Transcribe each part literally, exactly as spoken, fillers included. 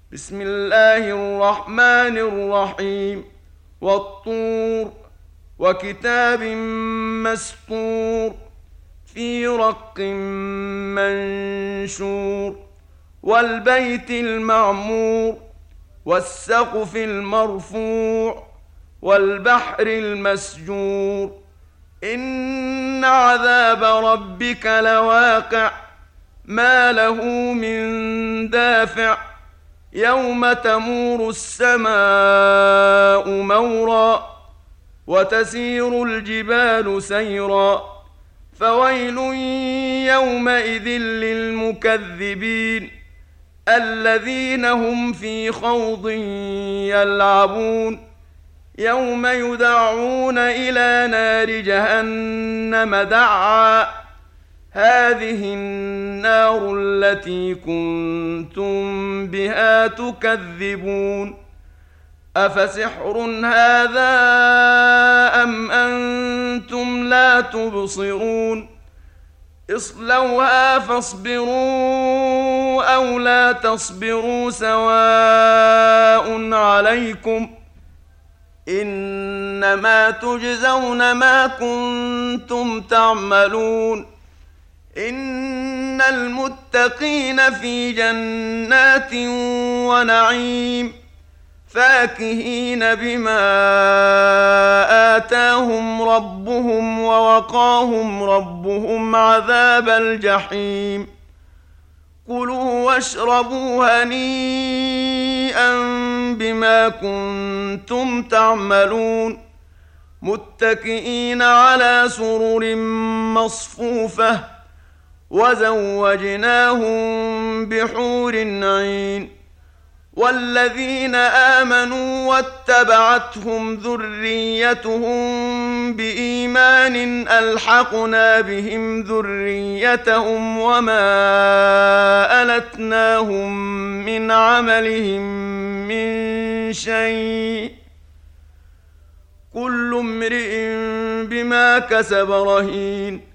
بسم الله الرحمن الرحيم والطور وكتاب مسطور في رق منشور والبيت المعمور والسقف المرفوع والبحر المسجور إن عذاب ربك لواقع ما له من دافع يوم تمور السماء مورا وتسير الجبال سيرا فويل يومئذ للمكذبين الذين هم في خوض يلعبون يوم يدعون إلى نار جهنم دعا هذه النار التي كنتم بها تكذبون أفسحر هذا أم أنتم لا تبصرون اصلوها فاصبروا أو لا تصبروا سواء عليكم إنما تجزون ما كنتم تعملون إن المتقين في جنات ونعيم فاكهين بما آتاهم ربهم ووقاهم ربهم عذاب الجحيم كلوا واشربوا هنيئا بما كنتم تعملون متكئين على سرر مصفوفة وزوجناهم بحور عين والذين آمنوا واتبعتهم ذريتهم بإيمان ألحقنا بهم ذريتهم وما ألتناهم من عملهم من شيء كل امرئ بما كسب رهين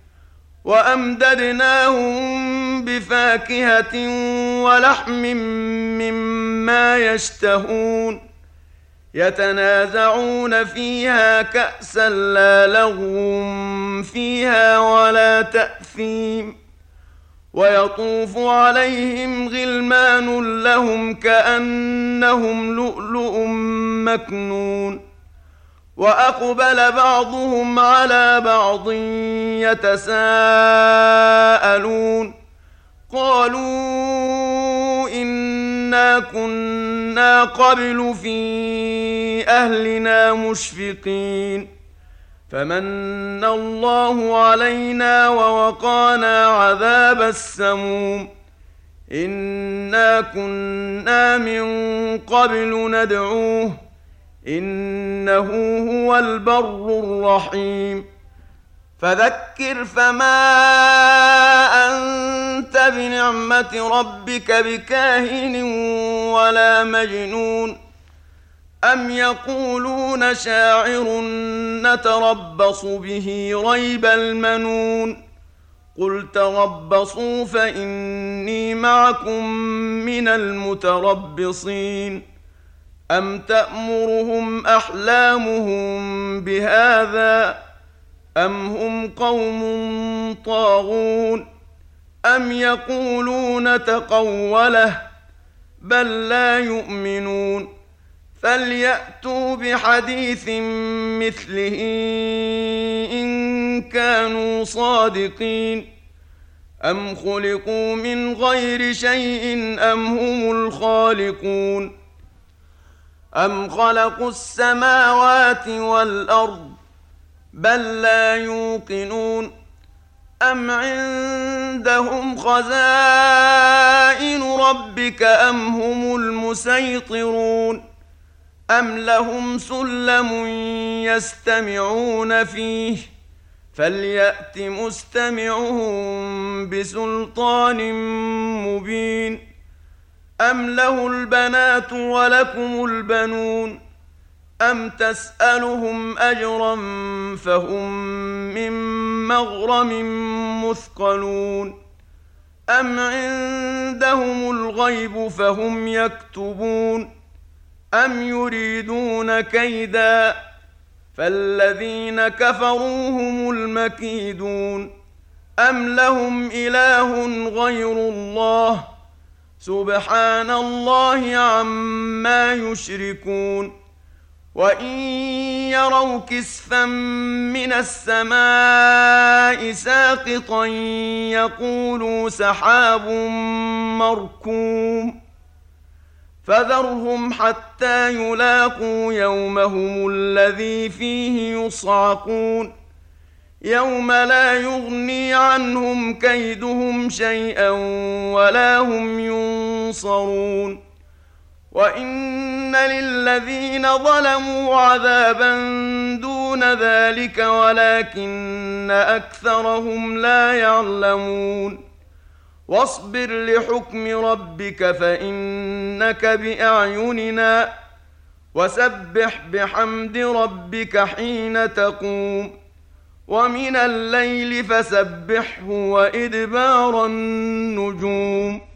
وأمددناهم بفاكهة ولحم مما يشتهون يتنازعون فيها كأسا لا لغو فيها ولا تأثيم ويطوف عليهم غلمان لهم كأنهم لؤلؤ مكنون وأقبل بعضهم على بعض يتساءلون قالوا إنا كنا قبل في أهلنا مشفقين فمن الله علينا ووقانا عذاب السموم إنا كنا من قبل ندعوه إنه هو البر الرحيم فذكر فما أنت بنعمة ربك بكاهن ولا مجنون أم يقولون شاعر نتربص به ريب المنون قل تربصوا فإني معكم من المتربصين أم تأمرهم أحلامهم بهذا أم هم قوم طاغون أم يقولون تقوله بل لا يؤمنون فليأتوا بحديث مثله إن كانوا صادقين أم خلقوا من غير شيء أم هم الخالقون أم خلقوا السماوات والأرض بل لا يوقنون أم عندهم خزائن ربك أم هم المسيطرون أم لهم سلم يستمعون فيه فليأت مستمعهم بسلطان مبين أم له البنات ولكم البنون أم تسألهم أجرا فهم من مغرم مثقلون أم عندهم الغيب فهم يكتبون أم يريدون كيدا فالذين كفروا هم المكيدون أم لهم إله غير الله سبحان الله عما يشركون وإن يروا كسفا من السماء ساقطا يقولوا سحاب مركوم فذرهم حتى يلاقوا يومهم الذي فيه يصعقون يوم لا يغني عنهم كيدهم شيئا ولا هم ينصرون وإن للذين ظلموا عذابا دون ذلك ولكن أكثرهم لا يعلمون واصبر لحكم ربك فإنك بأعيننا وسبح بحمد ربك حين تقوم ومن الليل فسبحه وإدبار النجوم